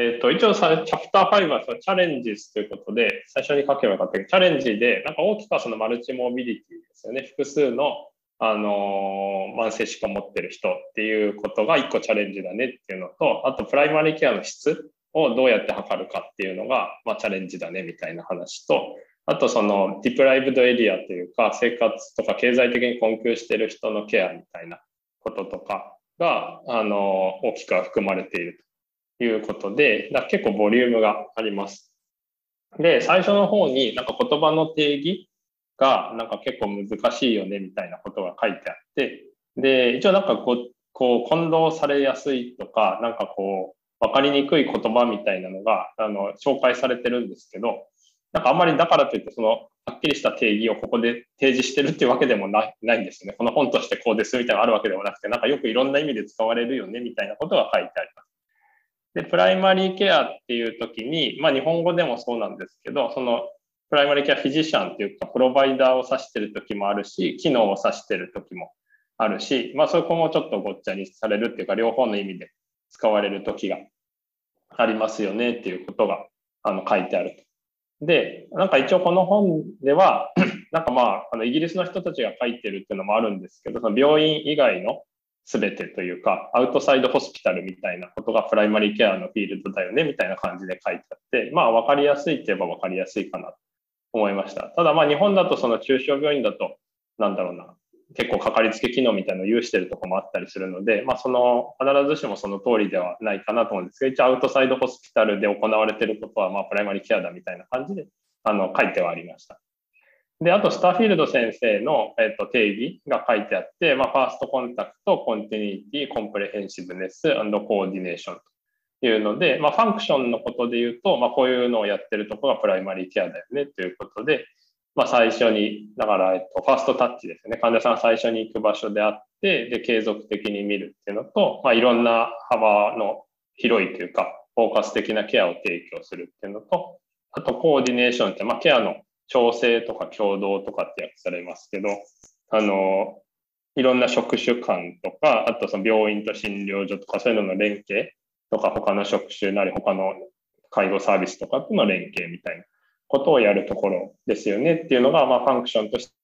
一応チャプター5はそのチャレンジズということで、最初に書けばよかったけど、チャレンジで、なんか大きくはそのマルチモビリティですよね。複数の、慢性疾患を持ってる人っていうことが一個チャレンジだねっていうのと、あとプライマリーケアの質をどうやって測るかっていうのが、まあ、チャレンジだねみたいな話と、あとそのディプライブドエリアというか、生活とか経済的に困窮している人のケアみたいなこととかが、大きくは含まれているということで、結構ボリュームがあります。で、最初の方になんか言葉の定義がなんか結構難しいよねみたいなことが書いてあって、で、一応なんか混同されやすいとか、なんかわかりにくい言葉みたいなのが、紹介されてるんですけど、なんかあんまりだからといって、はっきりした定義をここで提示してるっていうわけでもないんですよね。この本としてこうですみたいなのがあるわけでもなくて、なんかよくいろんな意味で使われるよねみたいなことが書いてあります。で、プライマリーケアっていう時に、まあ日本語でもそうなんですけど、そのプライマリーケアフィジシャンっていうか、プロバイダーを指してる時もあるし、機能を指してる時もあるし、まあそこもちょっとごっちゃにされるっていうか、両方の意味で使われる時がありますよねっていうことが書いてあると。で、なんか一応この本では、なんかまあ、イギリスの人たちが書いてるっていうのもあるんですけど、その病院以外の全てというか、アウトサイドホスピタルみたいなことがプライマリーケアのフィールドだよねみたいな感じで書いてあって、まあ分かりやすいって言えば分かりやすいかなと思いました。ただまあ日本だとその中小病院だと、なんだろうな、結構かかりつけ機能みたいなのを有してるところもあったりするので、まあ必ずしもその通りではないかなと思うんですけど、一応アウトサイドホスピタルで行われていることは、まあプライマリーケアだみたいな感じで、書いてはありました。で、あと、スターフィールド先生の、定義が書いてあって、まあ、ファーストコンタクト、コンティニティ、コンプレヘンシブネス、コーディネーションというので、まあ、ファンクションのことで言うと、まあ、こういうのをやってるところがプライマリーケアだよねということで、まあ、最初に、だから、ファーストタッチですね。患者さんが最初に行く場所であって、で、継続的に見るっていうのと、まあ、いろんな幅の広いというか、フォーカス的なケアを提供するっていうのと、あと、コーディネーションって、まあ、ケアの調整とか共同とかって訳されますけど、いろんな職種間とか、あとその病院と診療所とか、そういうのの連携とか、他の職種なり、他の介護サービスとかとの連携みたいなことをやるところですよねっていうのが、まあ、ファンクションとして。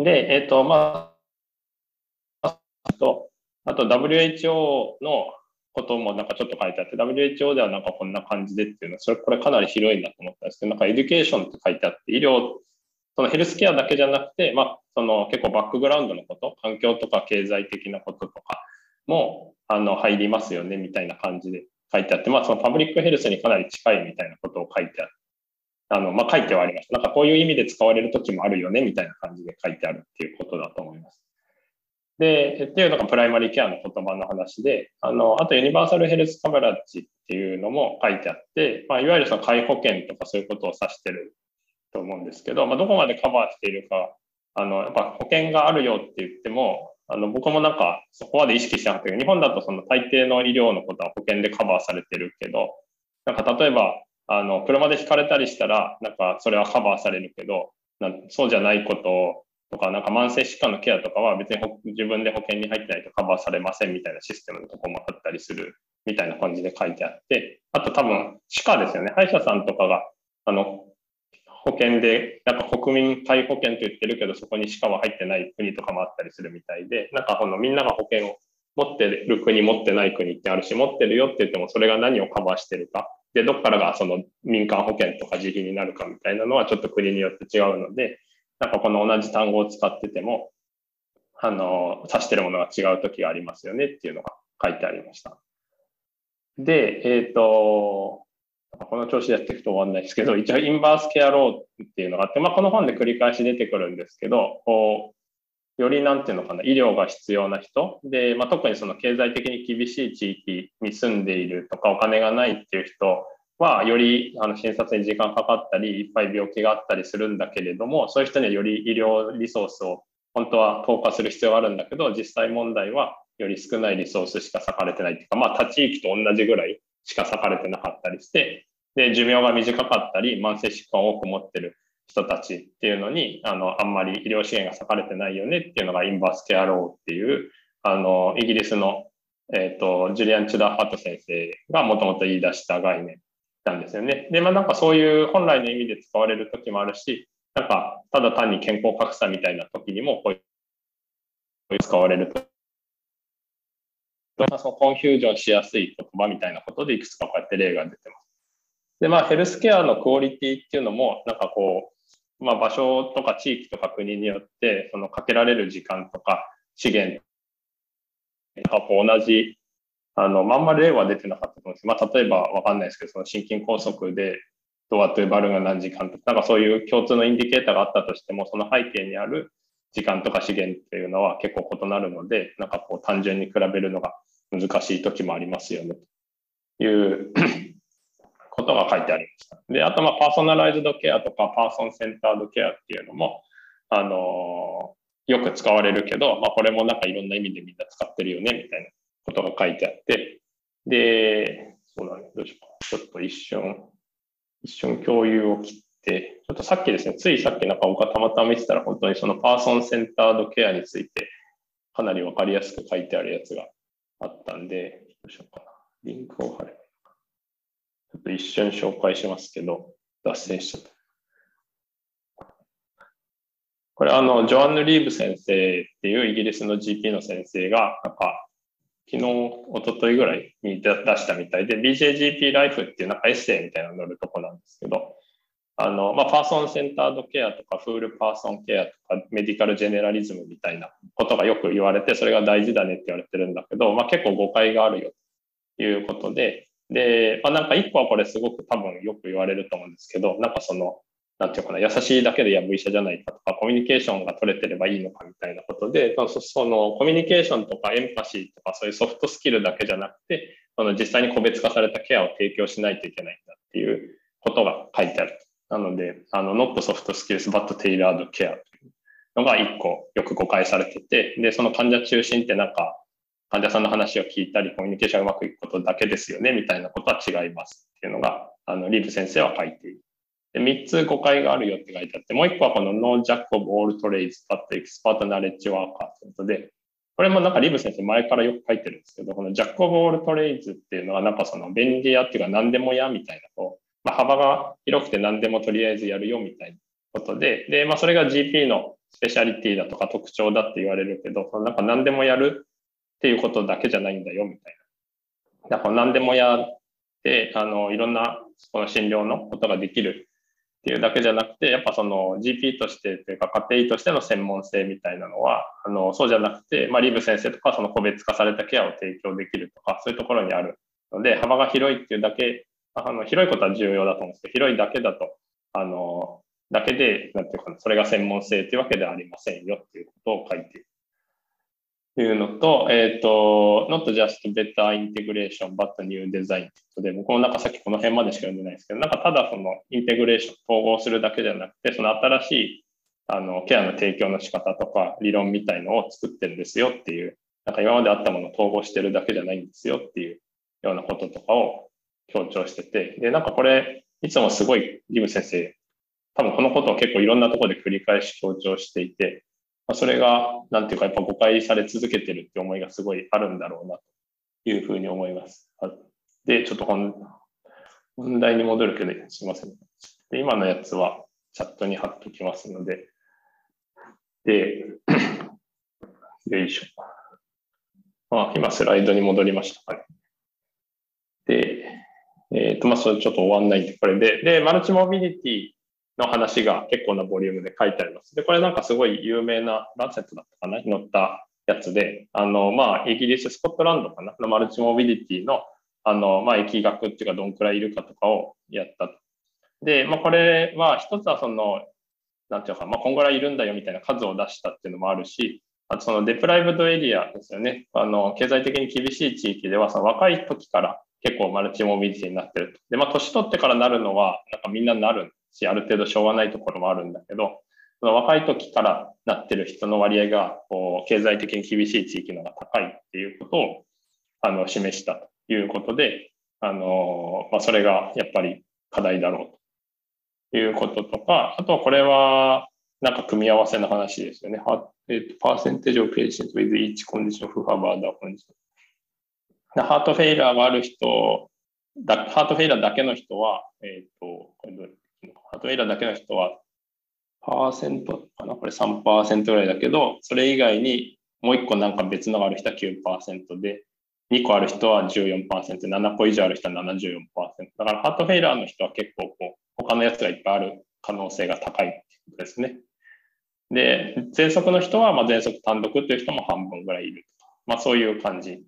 で、まあ、あと WHO のこともなんかちょっと書いてあって、WHO ではなんかこんな感じでっていうのは、これかなり広いなと思ったんですけど、なんかエデュケーションって書いてあって、そのヘルスケアだけじゃなくて、まあ、その結構バックグラウンドのこと、環境とか経済的なこととかも、入りますよね、みたいな感じで書いてあって、まあ、そのパブリックヘルスにかなり近いみたいなことを書いてあって、まあ、書いてはありました。なんかこういう意味で使われる時もあるよね、みたいな感じで書いてあるっていうことだと思います。で、っていうのがプライマリーケアの言葉の話で、あとユニバーサルヘルスカバラッジっていうのも書いてあって、まあ、いわゆるその介保険とかそういうことを指してると思うんですけど、まあ、どこまでカバーしているか、やっぱ保険があるよって言っても、僕もなんかそこまで意識してなかったけど、日本だとその大抵の医療のことは保険でカバーされてるけど、なんか例えば、車でひかれたりしたら、なんかそれはカバーされるけど、そうじゃないことをとか、なんか慢性疾患のケアとかは別に自分で保険に入ってないとカバーされませんみたいなシステムのところもあったりするみたいな感じで書いてあって、あと多分、歯科ですよね。歯医者さんとかが、保険で、なんか国民皆保険と言ってるけど、そこに歯科は入ってない国とかもあったりするみたいで、なんかみんなが保険を持ってる国、持ってない国ってあるし、持ってるよって言ってもそれが何をカバーしてるか、で、どっからがその民間保険とか自費になるかみたいなのはちょっと国によって違うので、なんかこの同じ単語を使ってても、指してるものが違う時がありますよねっていうのが書いてありました。で、この調子でやっていくと終わらないですけど、一応インバースケアローっていうのがあって、まあ、この本で繰り返し出てくるんですけど、よりなんていうのかな、医療が必要な人で、まあ、特にその経済的に厳しい地域に住んでいるとか、お金がないっていう人は、より診察に時間かかったり、いっぱい病気があったりするんだけれども、そういう人にはより医療リソースを本当は投下する必要があるんだけど、実際問題はより少ないリソースしか割かれてないっていうか、まあ、他地域と同じぐらいしか割かれてなかったりして、で、寿命が短かったり、慢性疾患を多く持ってる人たちっていうのに、あんまり医療支援が割かれてないよねっていうのがインバースケアローっていう、イギリスの、 ジュリアン・チュダーハート先生がもともと言い出した概念なんですよね。で、なんかそういう本来の意味で使われる時もあるし、なんかただ単に健康格差みたいな時にもこういう使われると。そのコンフュージョンしやすい言葉みたいなことでいくつかこうやって例が出てます。で、ヘルスケアのクオリティっていうのも、なんかこう、場所とか地域とか国によって、そのかけられる時間とか資源とか同じ、あんまり例は出てなかったと思うんですけど、例えばわかんないですけど、その心筋梗塞でドアというバルーンが何時間とか、なんかそういう共通のインディケーターがあったとしても、その背景にある時間とか資源っていうのは結構異なるので、なんかこう単純に比べるのが難しい時もありますよね、ということが書いてありました。で、あとパーソナライズドケアとかパーソンセンタードケアっていうのも、よく使われるけど、これもなんかいろんな意味でみんな使ってるよね、みたいなことが書いてあって、で、そうだね、どうしようか。ちょっと一瞬共有を切って、ちょっとさっきですね、ついさっきなんか僕がたまたま見てたら、本当にそのパーソンセンタードケアについて、かなりわかりやすく書いてあるやつがあったんで、どうしようかな。リンクを貼ればいいのか。ちょっと一瞬紹介しますけど、脱線しちゃった。これジョアンヌ・リーブ先生っていうイギリスの GP の先生が、なんか、昨日、一昨日ぐらいに出したみたいで、BJGP ライフっていうなんかエッセイみたいなの載るとこなんですけど、パーソンセンタードケアとか、フールパーソンケアとか、メディカルジェネラリズムみたいなことがよく言われて、それが大事だねって言われてるんだけど、結構誤解があるよということで、で、なんか一個はこれすごく多分よく言われると思うんですけど、なんかその、なんていうかな、優しいだけでやぶ医者じゃないかとか、コミュニケーションが取れてればいいのかみたいなことで、そのコミュニケーションとかエンパシーとかそういうソフトスキルだけじゃなくて、実際に個別化されたケアを提供しないといけないんだっていうことが書いてある。なので、not soft skills but tailored care というのが一個よく誤解されてて、で、その患者中心ってなんか、患者さんの話を聞いたり、コミュニケーションがうまくいくことだけですよね、みたいなことは違いますっていうのが、リーブ先生は書いている。で、3つ誤解があるよって書いてあって、もう1個はこの No Jack of all trades but expert knowledge worker ということで、これもなんかリーブ先生前からよく書いてるんですけど、この Jack of all trades っていうのはなんかその便利屋っていうか何でも屋みたいなこう、幅が広くて何でもとりあえずやるよみたいなことで、で、それが GP のスペシャリティだとか特徴だって言われるけど、なんか何でもやるっていうことだけじゃないんだよみたいな。だから何でもやって、いろんなこの診療のことができるっていうだけじゃなくて、やっぱその GP としてというか家庭医としての専門性みたいなのは、そうじゃなくて、リーブ先生とかその個別化されたケアを提供できるとか、そういうところにあるので、幅が広いっていうだけ、広いことは重要だと思うんですけど、広いだけだと、だけで、なんていうかな、それが専門性というわけではありませんよっていうことを書いている。というのと、not just better integration, but new design で、僕もなんかさっきこの辺までしか読んでないですけど、なんかただそのインテグレーション、統合するだけじゃなくて、その新しいケアの提供の仕方とか理論みたいのを作ってるんですよっていう、なんか今まであったものを統合してるだけじゃないんですよっていうようなこととかを強調してて、で、なんかこれ、いつもすごいリム先生、多分このことを結構いろんなところで繰り返し強調していて、それが、なんていうか、やっぱ誤解され続けてるって思いがすごいあるんだろうな、というふうに思います。で、ちょっと本題に戻るけど、すいません。で、今のやつはチャットに貼っときますので、で、よいしょ。今スライドに戻りましたかね。で、それちょっと終わんないんで、これで、マルチモビリティの話が結構なボリュームで書いてあります。で、これなんかすごい有名なランセットだったかなに載ったやつで、イギリス、スコットランドかなのマルチモビリティの、疫学っていうかどんくらいいるかとかをやったと。で、これは一つはその、なんていうか、こんぐらいいるんだよみたいな数を出したっていうのもあるし、あとそのデプライブドエリアですよね。経済的に厳しい地域では、その若い時から結構マルチモビリティになってると。で、年取ってからなるのは、なんかみんななるし、ある程度しょうがないところもあるんだけど、その若い時からなってる人の割合が、経済的に厳しい地域の方が高いっていうことを、示したということで、それがやっぱり課題だろうということとか、あとはこれは、なんか組み合わせの話ですよね。percentage of patients with each condition who have other conditions ハートフェイラーがある人ハートフェイラーだけの人は、ハートフェイラーだけの人は、パーセントかなこれ 3% ぐらいだけど、それ以外にもう1個なんか別のがある人は 9% で、2個ある人は 14%、7個以上ある人は 74%。だからハートフェイラーの人は結構他のやつがいっぱいある可能性が高いってことですね。で、喘息の人は喘息単独という人も半分ぐらいいる。そういう感じ。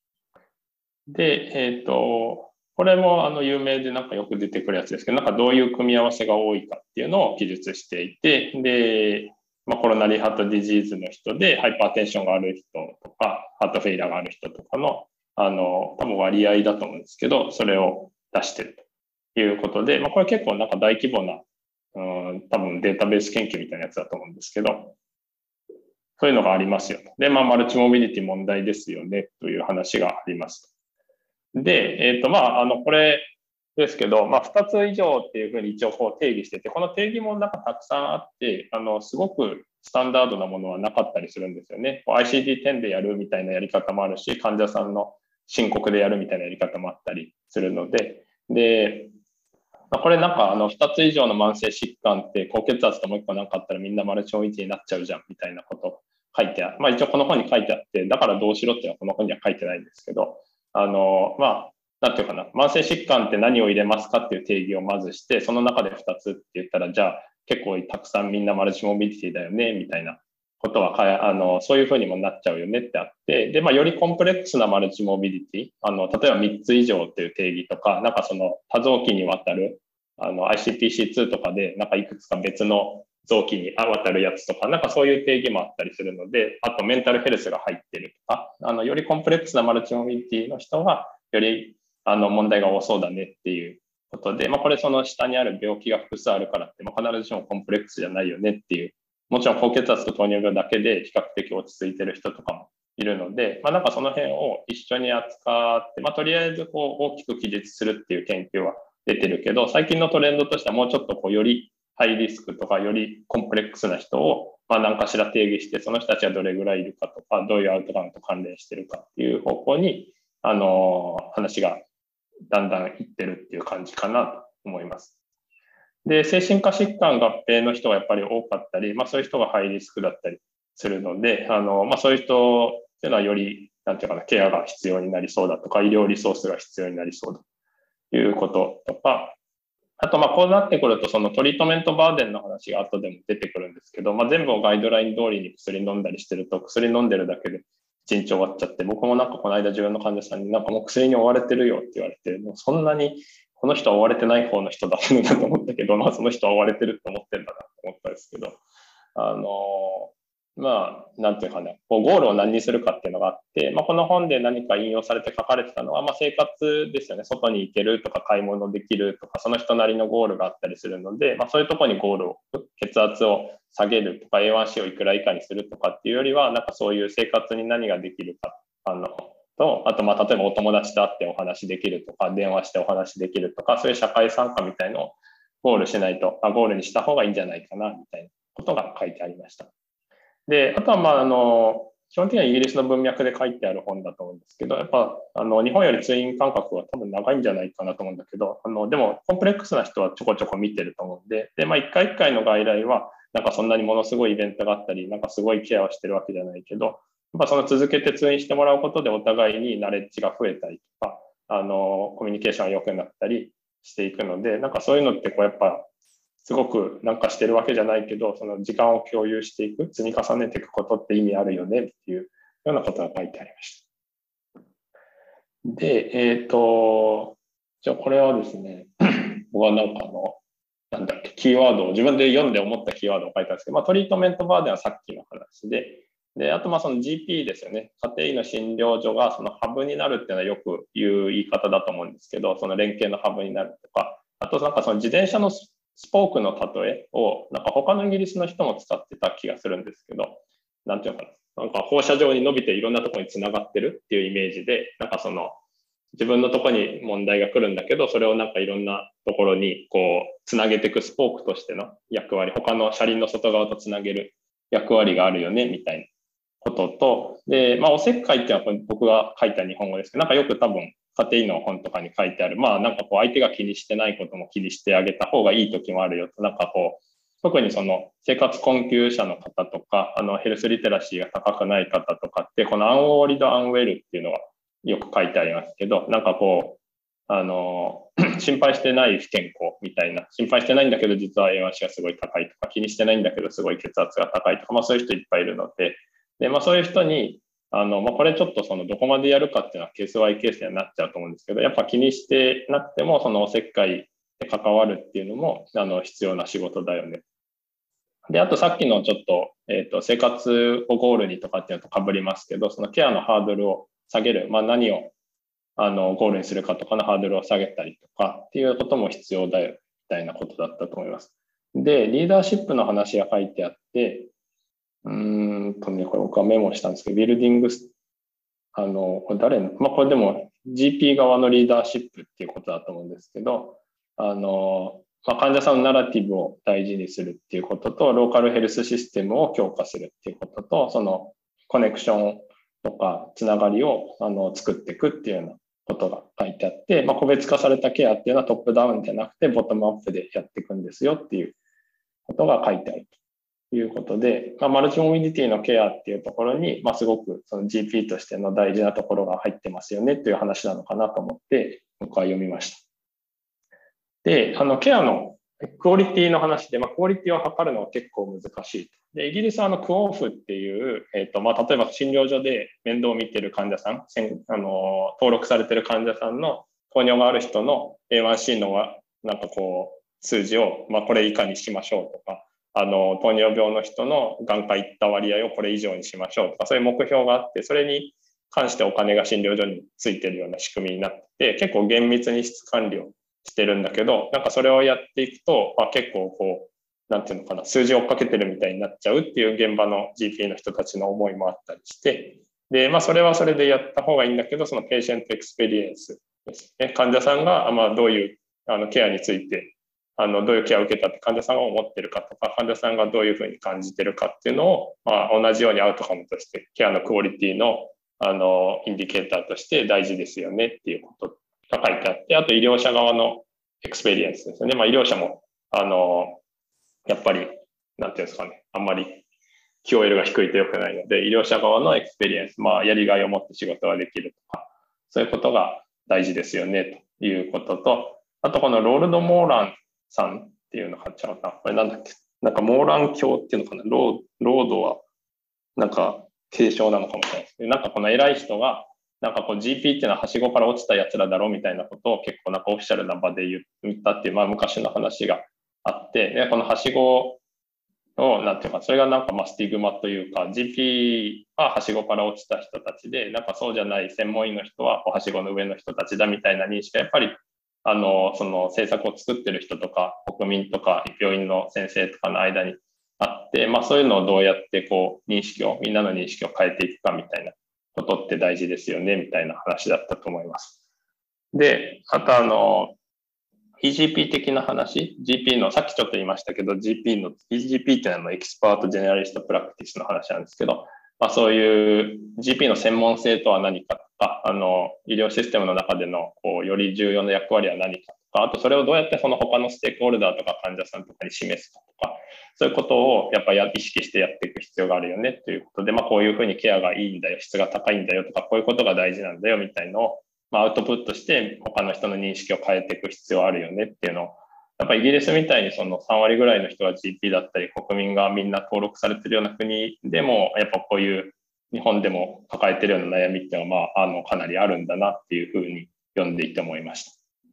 で、これも有名でなんかよく出てくるやつですけど、なんかどういう組み合わせが多いかっていうのを記述していて、で、コロナリーハートディジーズの人でハイパーテンションがある人とか、ハートフェイラーがある人とかの、多分割合だと思うんですけど、それを出してるということで、これ結構なんか大規模な、多分データベース研究みたいなやつだと思うんですけど、そういうのがありますよ。で、マルチモビリティ問題ですよねという話があります。で、これですけど、2つ以上っていうふうに一応定義してて、この定義もなんかたくさんあって、すごくスタンダードなものはなかったりするんですよね。ICD-10 でやるみたいなやり方もあるし、患者さんの申告でやるみたいなやり方もあったりするので、で、これなんか2つ以上の慢性疾患って高血圧ともう1個なんかあったらみんなマルチモビリティになっちゃうじゃんみたいなこと書いてある。一応この本に書いてあって、だからどうしろっていうのはこの本には書いてないんですけど、なんていうかな、慢性疾患って何を入れますかっていう定義をまずして、その中で2つって言ったら、じゃあ結構たくさんみんなマルチモビリティだよね、みたいなことはそういうふうにもなっちゃうよねってあって、で、よりコンプレックスなマルチモビリティ、例えば3つ以上っていう定義とか、なんかその多臓器にわたる、ICPC2 とかで、なんかいくつか別の臓器にわたるやつとか、なんかそういう定義もあったりするので、あとメンタルヘルスが入ってるとか、よりコンプレックスなマルチモビリティの人は、より問題が多そうだねっていうことで、これその下にある病気が複数あるからって、必ずしもコンプレックスじゃないよねっていう、もちろん高血圧と糖尿病だけで比較的落ち着いてる人とかもいるので、なんかその辺を一緒に扱って、とりあえず大きく記述するっていう研究は出てるけど、最近のトレンドとしてはもうちょっとよりハイリスクとかよりコンプレックスな人を何かしら定義して、その人たちはどれぐらいいるかとか、どういうアウトカムと関連してるかっていう方向に、話がだんだんいってるっていう感じかなと思います。で、精神科疾患合併の人がやっぱり多かったり、そういう人がハイリスクだったりするので、そういう人っていうのはより、なんていうかな、ケアが必要になりそうだとか、医療リソースが必要になりそうだということとか、あと、こうなってくると、そのトリートメントバーデンの話が後でも出てくるんですけど、全部をガイドライン通りに薬飲んだりしてると、薬飲んでるだけで一日終わっちゃって、僕もなんかこの間自分の患者さんになんかもう薬に追われてるよって言われて、もうそんなにこの人は追われてない方の人だったのだと思ったけど、その人は追われてるって思ってんだなと思ったんですけど、なんていうかね、ゴールを何にするかっていうのがあって、この本で何か引用されて書かれてたのは、生活ですよね。外に行けるとか買い物できるとか、その人なりのゴールがあったりするので、そういうところにゴールを、血圧を下げるとか、A1C をいくら以下にするとかっていうよりは、なんかそういう生活に何ができるか、あと、例えばお友達と会ってお話できるとか、電話してお話できるとか、そういう社会参加みたいのをゴールしないと、ゴールにした方がいいんじゃないかな、みたいなことが書いてありました。で、あとは、基本的にはイギリスの文脈で書いてある本だと思うんですけど、やっぱ、日本より通院間隔は多分長いんじゃないかなと思うんだけど、でも、コンプレックスな人はちょこちょこ見てると思うんで、一回一回の外来は、なんかそんなにものすごいイベントがあったり、なんかすごいケアをしてるわけじゃないけど、やっぱその続けて通院してもらうことでお互いにナレッジが増えたりとか、コミュニケーションが良くなったりしていくので、なんかそういうのってやっぱ、すごくなんかしてるわけじゃないけど、その時間を共有していく、積み重ねていくことって意味あるよねっていうようなことが書いてありました。で、じゃあこれはですね、僕はなんかキーワードを自分で読んで思ったキーワードを書いたんですけど、トリートメントバーではさっきの話で、あとその GP ですよね。家庭医の診療所がそのハブになるっていうのはよく言う言い方だと思うんですけど、その連携のハブになるとか、あとなんかその自転車のスポークの例えを、なんか他のイギリスの人も使ってた気がするんですけど、なんていうのかな。なんか放射状に伸びていろんなところにつながってるっていうイメージで、なんかその自分のところに問題が来るんだけど、それをなんかいろんなところにつなげていくスポークとしての役割、他の車輪の外側とつなげる役割があるよね、みたいなことと、で、おせっかいっていうのは僕が書いた日本語ですけど、なんかよく多分家庭医の本とかに書いてある、なんか相手が気にしてないことも気にしてあげた方がいい時もあるよと、なんか特にその生活困窮者の方とか、ヘルスリテラシーが高くない方とかって、このアンウォーリード・アンウェルっていうのがよく書いてありますけど、なんか心配してない不健康みたいな、心配してないんだけど実は A1C がすごい高いとか、気にしてないんだけどすごい血圧が高いとか、そういう人いっぱいいるので、そういう人に、これちょっとどこまでやるかっていうのはケースバイケースにはなっちゃうと思うんですけど、やっぱ気にしてなくても、そのおせっかいで関わるっていうのも、必要な仕事だよね。で、あとさっきのちょっと、生活をゴールにとかっていうのと被りますけど、そのケアのハードルを下げる、何をゴールにするかとかのハードルを下げたりとかっていうことも必要だよみたいなことだったと思います。で、リーダーシップの話が書いてあって、これ僕はメモしたんですけど、ビルディングス、これ誰の、これでも GP 側のリーダーシップっていうことだと思うんですけど、患者さんのナラティブを大事にするっていうことと、ローカルヘルスシステムを強化するっていうことと、そのコネクションとかつながりを作っていくっていうようなことが書いてあって、個別化されたケアっていうのはトップダウンじゃなくてボトムアップでやっていくんですよっていうことが書いてあるということで、マルチモビリティのケアっていうところに、すごくその GP としての大事なところが入ってますよねっていう話なのかなと思って僕は読みました。で、ケアのクオリティの話で、クオリティを測るのは結構難しい。で、イギリスはクオーフっていう、例えば診療所で面倒を見てる患者さん、登録されてる患者さんの糖尿がある人の A1C の数字を、これ以下にしましょうとか、糖尿病の人の眼科行った割合をこれ以上にしましょうとか、そういう目標があって、それに関してお金が診療所についてるような仕組みになって、結構厳密に質管理をしてるんだけど、なんかそれをやっていくと、結構なんていうのかな、数字を追っかけてるみたいになっちゃうっていう現場の GP の人たちの思いもあったりして、で、それはそれでやった方がいいんだけど、そのペーシェントエクスペリエンスですね。患者さんが、どういうケアについて、どういうケアを受けたって患者さんが思ってるかとか、患者さんがどういうふうに感じてるかっていうのを、同じようにアウトカムとして、ケアのクオリティの、インディケーターとして大事ですよねっていうことが書いてあって、あと医療者側のエクスペリエンスですよね。医療者も、やっぱり、なんていうんですかね、あんまり QOL が低いと良くないので、医療者側のエクスペリエンス、やりがいを持って仕事ができるとか、そういうことが大事ですよねということと、あとこのロールド・モーランさんっていうのがあっちゃうかな。これなんだっけ、なんかモーラン教っていうのかな。ロードは、なんか継承なのかもしれないです。なんかこの偉い人が、なんかGP っていうのははしごから落ちたやつらだろうみたいなことを結構なんかオフィシャルな場で言ったっていう、昔の話があって、でこのはしごを、なんていうか、それがなんかスティグマというか、GP ははしごから落ちた人たちで、なんかそうじゃない専門医の人ははしごの上の人たちだみたいな認識がやっぱりその政策を作ってる人とか国民とか病院の先生とかの間にあって、そういうのをどうやってみんなの認識を変えていくかみたいなことって大事ですよねみたいな話だったと思います。で、あとEGP 的な話、GP のさっきちょっと言いましたけど EGP っていうのはエキスパート・ジェネラリスト・プラクティスの話なんですけど、そういう GP の専門性とは何かとか、医療システムの中でのより重要な役割は何かとか、あとそれをどうやってその他のステークホルダーとか患者さんとかに示すかとか、そういうことをやっぱり意識してやっていく必要があるよねということで、こういうふうにケアがいいんだよ、質が高いんだよとか、こういうことが大事なんだよみたいのを、アウトプットして他の人の認識を変えていく必要あるよねっていうのを、やっぱりイギリスみたいにその3割ぐらいの人が GP だったり、国民がみんな登録されてるような国でも、やっぱこういう日本でも抱えてるような悩みっていうのは、かなりあるんだなっていうふうに読んでいて思いました。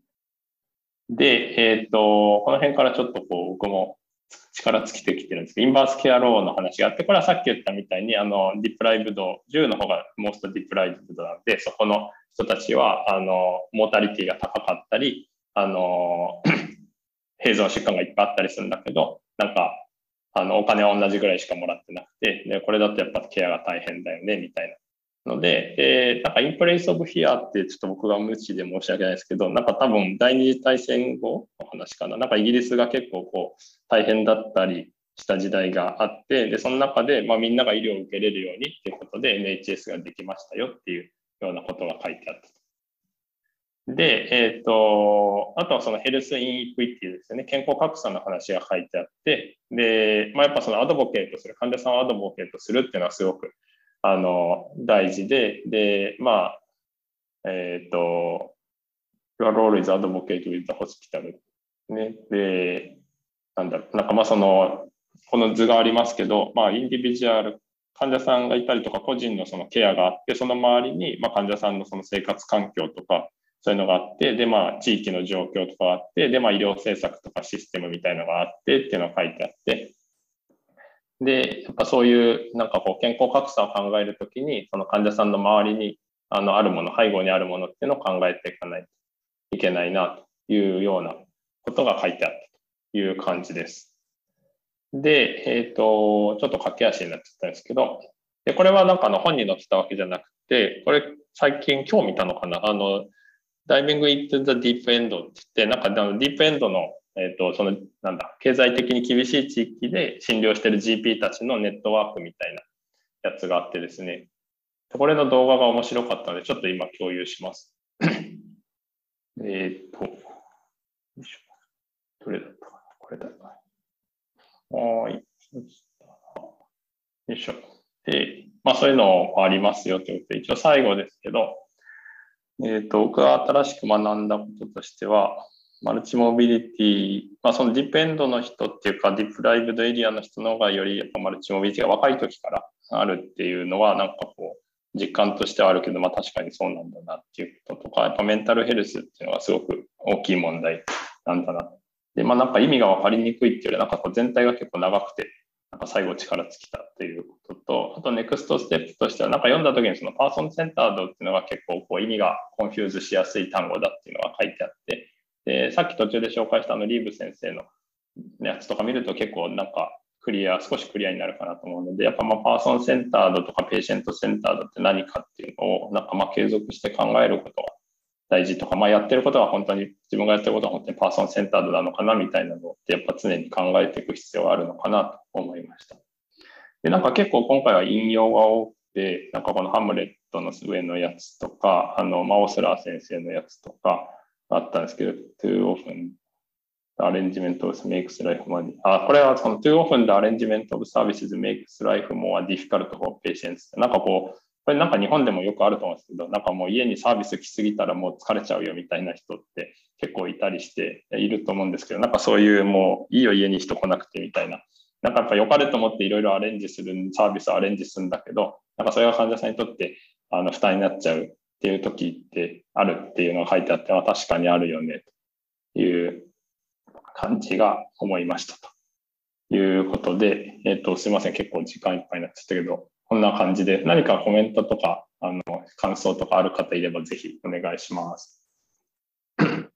で、この辺からちょっと僕も力尽きてきてるんですけど、インバースケアローの話があって、これはさっき言ったみたいに、ディプライブド、10の方がモーストディプライブドなんで、そこの人たちは、モータリティが高かったり、併存疾患がいっぱいあったりするんだけど、なんか、お金は同じぐらいしかもらってなくて、で、これだとやっぱケアが大変だよね、みたいな。ので、なんかインプレイスオブフィアってちょっと僕が無知で申し訳ないですけど、なんか多分第二次大戦後の話かな。なんかイギリスが結構大変だったり、 した時代があって、で、その中で、みんなが医療を受けれるようにっていうことで NHS ができましたよっていうようなことが書いてあった。で、あとはそのヘルスインイクイティですよね。健康格差の話が書いてあって、で、やっぱそのアドボケートする、患者さんをアドボケートするっていうのはすごく、大事で、You are always advocate with the hospital ね。で、なんかその、この図がありますけど、インディビジュアル、患者さんがいたりとか、個人のそのケアがあって、その周りに、患者さんのその生活環境とか、そういうのがあって、で、地域の状況とかあって、で、医療政策とかシステムみたいのがあってっていうのが書いてあって、で、やっぱそういうなんかこう健康格差を考えるときに、その患者さんの周りにあるもの、背後にあるものっていうのを考えていかないといけないなというようなことが書いてあったという感じです。で、ちょっと駆け足になっちゃったんですけど、でこれはなんか本に載ってたわけじゃなくて、これ最近今日見たのかな、ダイビング into the deep end って言って、なんかディープエンドの、その経済的に厳しい地域で診療している GP たちのネットワークみたいなやつがあってですね、これの動画が面白かったので、ちょっと今共有します。どれだったかな、これだったかな。はい。よいしょ。で、そういうのありますよということで、一応最後ですけど、僕が新しく学んだこととしては、マルチモビリティ、そのディペンドの人っていうか、ディプライブドエリアの人の方がよりやっぱマルチモビリティが若い時からあるっていうのは、なんかこう、実感としてはあるけど、確かにそうなんだなっていうこととか、やっぱメンタルヘルスっていうのはすごく大きい問題なんだな。で、なんか意味が分かりにくいっていうよりは、なんかこう全体が結構長くて、なんか最後力尽きたっていうことと、あとネクストステップとしては、なんか読んだ時にそのパーソンセンタードっていうのが結構こう意味がコンフューズしやすい単語だっていうのが書いてあって、で、さっき途中で紹介したリーブ先生のやつとか見ると結構なんか少しクリアになるかなと思うので、やっぱパーソンセンタードとかペーシェントセンタードって何かっていうのをなんか継続して考えることが大事とか、やってることは本当に、自分がやってることは本当にパーソンセンタードなのかなみたいなのってやっぱ常に考えていく必要があるのかなと思いました。で、なんか結構今回は引用が多くて、なんかこのハムレットの上のやつとか、マオスラー先生のやつとかあったんですけど、too often the arrangement of makes life more これはその too often the arrangement of services makes life more difficult for patients。なんかこれなんか日本でもよくあると思うんですけど、なんかもう家にサービス来すぎたらもう疲れちゃうよみたいな人って結構いたりしていると思うんですけど、なんかそういうもういいよ家に人来なくてみたいな。なんかやっぱ良かれと思っていろいろアレンジする、サービスをアレンジするんだけど、なんかそれが患者さんにとって負担になっちゃうっていう時ってあるっていうのが書いてあって、確かにあるよねという感じが思いましたということで、すいません、結構時間いっぱいになっちゃったけど、こんな感じで何かコメントとか感想とかある方いればぜひお願いします。